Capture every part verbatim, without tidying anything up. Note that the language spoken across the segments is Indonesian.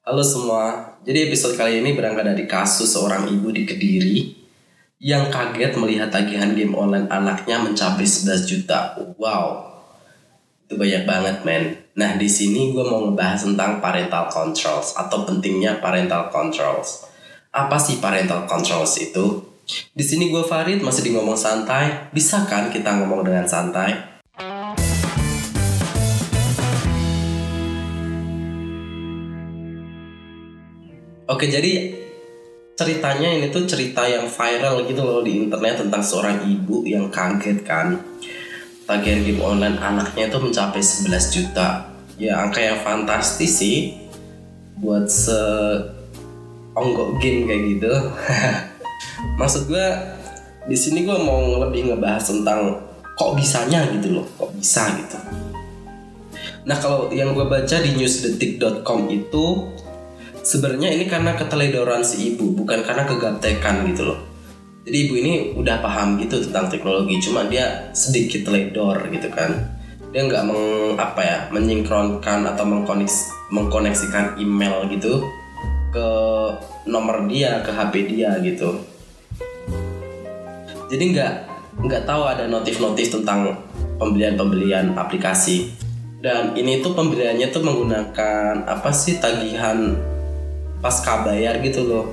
Halo semua, jadi episode kali ini berangkat dari kasus seorang ibu di Kediri yang kaget melihat tagihan game online anaknya mencapai sebelas juta. Wow, itu banyak banget men. Nah di sini gue mau ngebahas tentang parental controls atau pentingnya parental controls. Apa sih parental controls itu? Di sini gue Farid masih di ngomong santai. Bisa kan kita ngomong dengan santai? Oke, jadi ceritanya ini tuh cerita yang viral gitu loh di internet tentang seorang ibu yang kaget kan. Tagihan game online anaknya itu mencapai sebelas juta. Ya angka yang fantastis sih buat seonggok game kayak gitu. Maksud gue di sini gue mau lebih ngebahas tentang kok bisanya gitu loh, kok bisa gitu. Nah kalau yang gue baca di newsdetik dot com itu sebenarnya ini karena keteledoran si ibu, bukan karena kegaptekan gitu loh. Jadi ibu ini udah paham gitu tentang teknologi, cuma dia sedikit teledor gitu kan. Dia nggak meng apa ya, menyinkronkan atau mengkoneksi, mengkoneksikan email gitu ke nomor dia, ke H P dia gitu. Jadi nggak nggak tahu ada notif-notif tentang pembelian-pembelian aplikasi. Dan ini tuh pembeliannya tuh menggunakan apa sih tagihan pasca bayar gitu loh.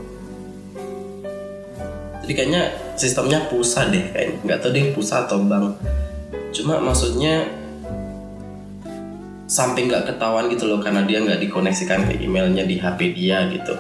Jadi kayaknya sistemnya pulsa deh kayaknya. Nggak tahu deh pulsa atau bank. Cuma maksudnya sampai nggak ketahuan gitu loh karena dia nggak dikoneksikan ke emailnya di H P dia gitu.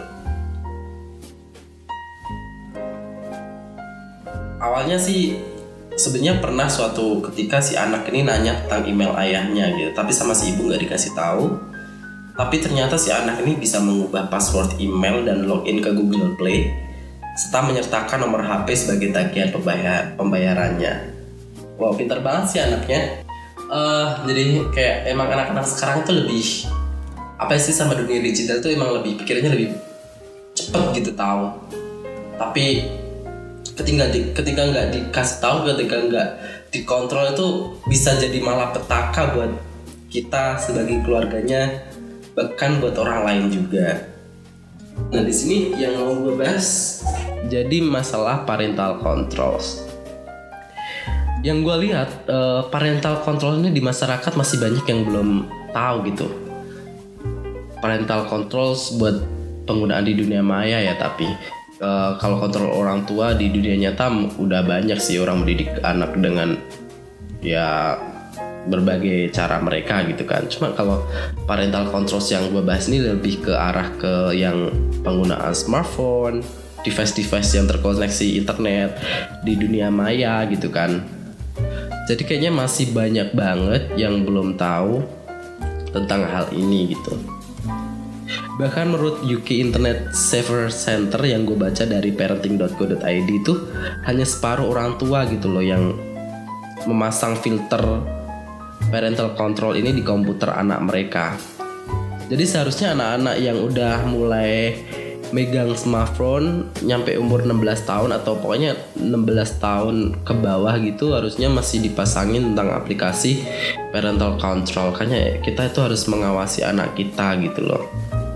Awalnya sih sebenarnya pernah suatu ketika si anak ini nanya tentang email ayahnya gitu, tapi sama si ibu nggak dikasih tahu. Tapi ternyata si anak ini bisa mengubah password email dan login ke Google Play serta menyertakan nomor H P sebagai tagihan pembayar, pembayarannya. Wow, pintar banget sih anaknya. Uh, jadi kayak emang anak-anak sekarang itu lebih apa sih sama dunia digital tuh emang lebih pikirnya lebih cepet gitu tahu. Tapi ketika di, ketika nggak dikasih tahu, ketika nggak dikontrol itu bisa jadi malapetaka buat kita sebagai keluarganya, bahkan buat orang lain juga. Nah di sini yang mau gue bahas jadi masalah parental controls. Yang gue lihat uh, parental control ini di masyarakat masih banyak yang belum tahu gitu. Parental controls buat penggunaan di dunia maya ya, tapi uh, kalau kontrol orang tua di dunia nyata udah banyak sih orang mendidik anak dengan ya berbagai cara mereka gitu kan. Cuma kalau parental controls yang gue bahas ini lebih ke arah ke yang penggunaan smartphone, device-device yang terkoneksi internet di dunia maya gitu kan. Jadi kayaknya masih banyak banget yang belum tahu tentang hal ini gitu. Bahkan menurut U K Internet Saver Center yang gue baca dari parenting dot co dot i d itu hanya separuh orang tua gitu loh yang memasang filter parental control ini di komputer anak mereka. Jadi seharusnya anak-anak yang udah mulai megang smartphone nyampe umur enam belas tahun atau pokoknya enam belas tahun ke bawah gitu harusnya masih dipasangin tentang aplikasi parental control. Kayaknya kita itu harus mengawasi anak kita gitu loh.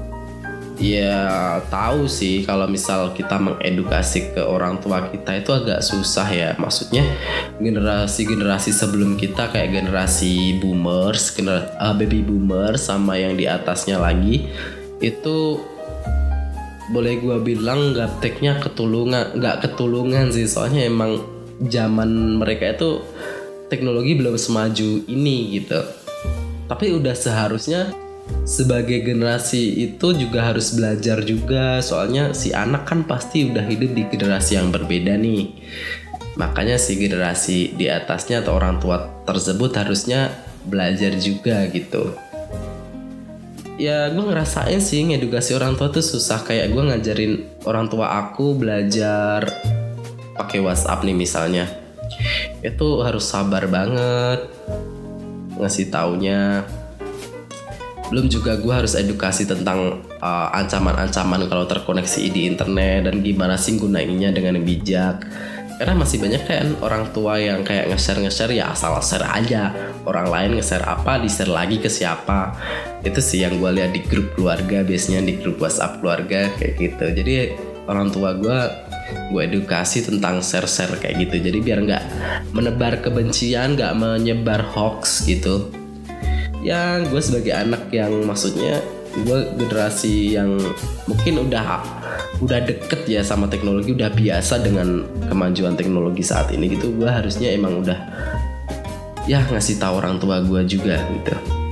Ya tahu sih kalau misal kita mengedukasi ke orang tua kita itu agak susah ya. Maksudnya generasi-generasi sebelum kita kayak generasi boomers, gener- uh, baby boomers sama yang di atasnya lagi itu boleh gue bilang gapteknya ketulungan, nggak ketulungan sih, soalnya emang zaman mereka itu teknologi belum semaju ini gitu. Tapi udah seharusnya sebagai generasi itu juga harus belajar juga, soalnya si anak kan pasti udah hidup di generasi yang berbeda nih. Makanya si generasi di atasnya atau orang tua tersebut harusnya belajar juga gitu. Ya gue ngerasain sih ngedukasi orang tua tuh susah. Kayak gue ngajarin orang tua aku belajar pakai WhatsApp nih misalnya, itu harus sabar banget ngasih taunya. Belum juga gue harus edukasi tentang uh, ancaman-ancaman kalau terkoneksi di internet dan gimana sih gunainnya dengan bijak. Karena masih banyak kan orang tua yang kayak nge-share nge-share ya asal share aja, orang lain nge-share apa di share lagi ke siapa. Itu sih yang gue lihat di grup keluarga, biasanya di grup WhatsApp keluarga kayak gitu. Jadi orang tua gue gue edukasi tentang share-share kayak gitu, jadi biar nggak menebar kebencian, nggak menyebar hoax gitu. Ya gue sebagai anak yang maksudnya gue generasi yang mungkin udah udah deket ya sama teknologi, udah biasa dengan kemajuan teknologi saat ini gitu, gue harusnya emang udah ya ngasih tahu orang tua gue juga gitu.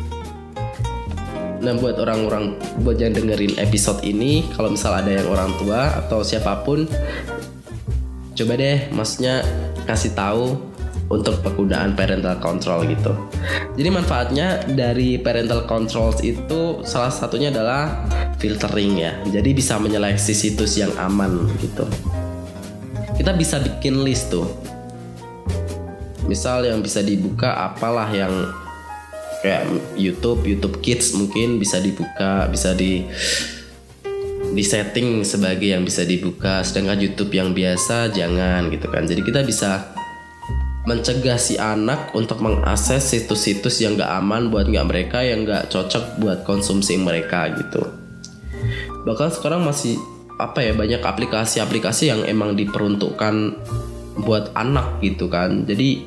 Nah buat orang-orang, buat yang dengerin episode ini, kalau misal ada yang orang tua atau siapapun, coba deh maksudnya kasih tahu untuk penggunaan parental control gitu. Jadi manfaatnya dari parental controls itu salah satunya adalah filtering ya. Jadi bisa menyeleksi situs yang aman gitu. Kita bisa bikin list tuh. Misal yang bisa dibuka apalah yang kayak YouTube, YouTube Kids mungkin bisa dibuka, bisa di di setting sebagai yang bisa dibuka, sedangkan YouTube yang biasa jangan gitu kan. Jadi kita bisa mencegah si anak untuk mengakses situs-situs yang gak aman buat gak mereka, yang gak cocok buat konsumsi mereka gitu. Bahkan sekarang masih apa ya, banyak aplikasi-aplikasi yang emang diperuntukkan buat anak gitu kan. Jadi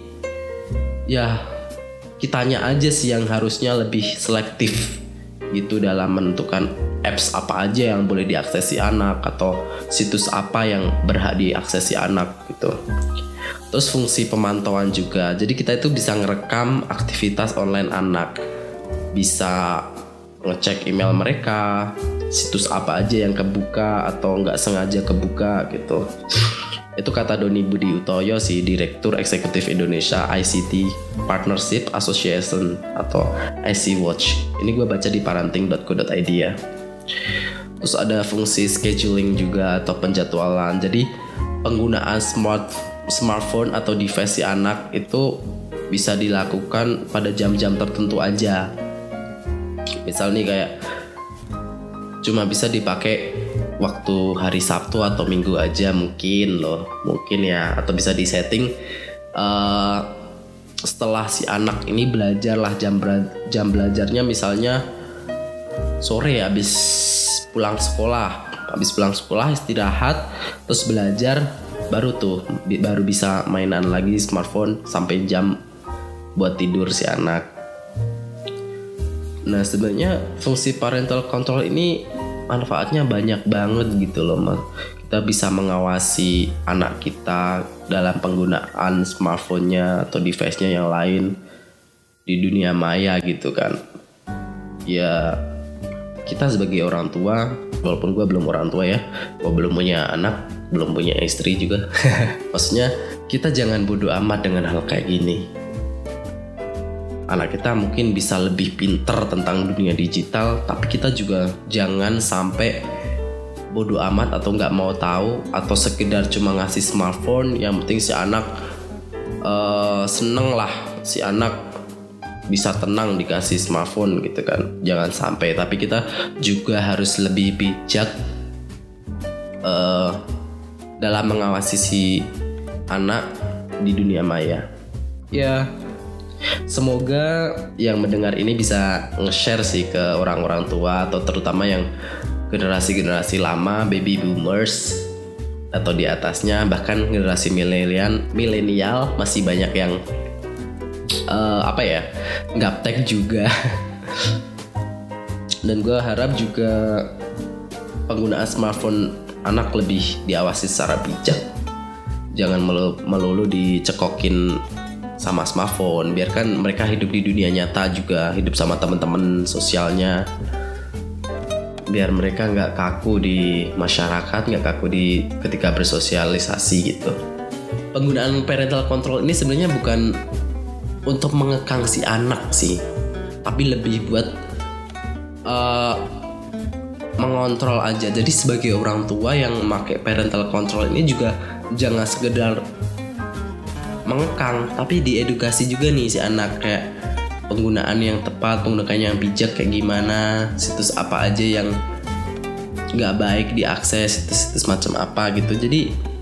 ya kitanya aja sih yang harusnya lebih selektif gitu dalam menentukan apps apa aja yang boleh diakses si anak atau situs apa yang berhak diakses si anak gitu. Terus fungsi pemantauan juga. Jadi kita itu bisa ngerekam aktivitas online anak, bisa ngecek email mereka, situs apa aja yang kebuka atau nggak sengaja kebuka gitu. Itu kata Doni Budi Utoyo sih, Direktur Eksekutif Indonesia I C T Partnership Association atau I C Watch. Ini gue baca di parenting dot co dot i d ya. Terus ada fungsi scheduling juga atau penjadwalan. Jadi penggunaan smart smartphone atau device si anak itu bisa dilakukan pada jam-jam tertentu aja. Misal nih kayak cuma bisa dipakai waktu hari Sabtu atau Minggu aja mungkin loh, mungkin ya, atau bisa disetting uh, setelah si anak ini belajar lah, jam bela- jam belajarnya misalnya sore habis pulang sekolah, habis pulang sekolah istirahat terus belajar, baru tuh baru bisa mainan lagi di smartphone sampai jam buat tidur si anak. Nah sebenarnya fungsi parental control ini manfaatnya banyak banget gitu loh, Mas. Kita bisa mengawasi anak kita dalam penggunaan smartphone-nya atau device-nya yang lain di dunia maya gitu kan. Ya kita sebagai orang tua, walaupun gue belum orang tua ya, gue belum punya anak, belum punya istri juga. Maksudnya kita jangan bodoh amat dengan hal kayak gini. Anak kita mungkin bisa lebih pinter tentang dunia digital, tapi kita juga jangan sampai bodoh amat atau nggak mau tahu atau sekedar cuma ngasih smartphone. Yang penting si anak uh, seneng lah, si anak bisa tenang dikasih smartphone gitu kan. Jangan sampai, tapi kita juga harus lebih bijak uh, dalam mengawasi si anak di dunia maya. Ya. Semoga yang mendengar ini bisa nge-share sih ke orang-orang tua atau terutama yang generasi-generasi lama, baby boomers atau di atasnya, bahkan generasi milenial, milenial masih banyak yang uh, apa ya, gaptek juga. Dan gue harap juga penggunaan smartphone anak lebih diawasi secara bijak. Jangan melulu, melulu dicekokin sama smartphone, biarkan mereka hidup di dunia nyata juga, hidup sama teman-teman sosialnya, biar mereka nggak kaku di masyarakat, nggak kaku di ketika bersosialisasi gitu. Penggunaan parental control ini sebenarnya bukan untuk mengekang si anak sih, tapi lebih buat uh, mengontrol aja. Jadi sebagai orang tua yang memakai parental control ini juga jangan sekedar mengekang, tapi diedukasi juga nih si anak, kayak penggunaan yang tepat, penggunaan yang bijak kayak gimana, situs apa aja yang nggak baik diakses, situs-situs macam apa gitu. Jadi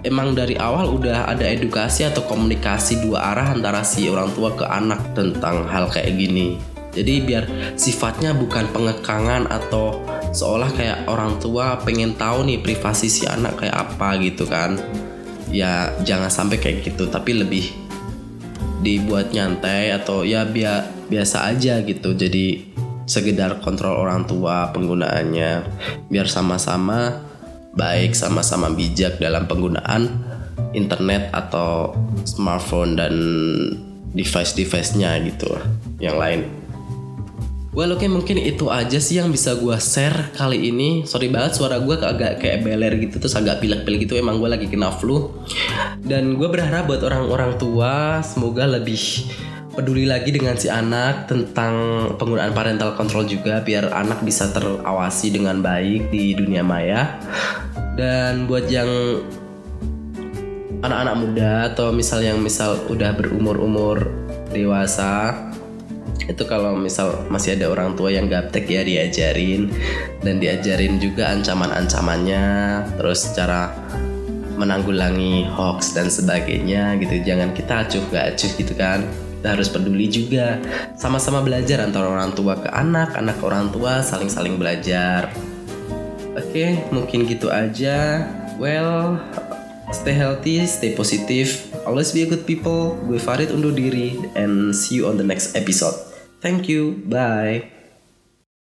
emang dari awal udah ada edukasi atau komunikasi dua arah antara si orang tua ke anak tentang hal kayak gini. Jadi biar sifatnya bukan pengekangan atau seolah kayak orang tua pengen tahu nih privasi si anak kayak apa gitu kan. Ya jangan sampai kayak gitu, tapi lebih dibuat nyantai atau ya biar biasa aja gitu. Jadi sekedar kontrol orang tua penggunaannya, biar sama-sama baik, sama-sama bijak dalam penggunaan internet atau smartphone dan device-device-nya gitu yang lain. Well oke okay, mungkin itu aja sih yang bisa gue share kali ini. Sorry banget suara gue agak kayak beler gitu, terus agak pilek-pilek gitu, emang gue lagi kena flu. Dan gue berharap buat orang-orang tua semoga lebih peduli lagi dengan si anak tentang penggunaan parental control juga, biar anak bisa terawasi dengan baik di dunia maya. Dan buat yang anak-anak muda atau misal yang misal udah berumur-umur dewasa, itu kalau misal masih ada orang tua yang gaptek ya diajarin, dan diajarin juga ancaman-ancamannya, terus cara menanggulangi hoax dan sebagainya gitu. Jangan kita acuh gak acuh gitu kan. Kita harus peduli juga, sama-sama belajar antara orang tua ke anak, anak ke orang tua, saling-saling belajar. Oke, mungkin gitu aja. Well, stay healthy, stay positive, always be a good people. Gue Farid undur diri, and see you on the next episode. Thank you, bye.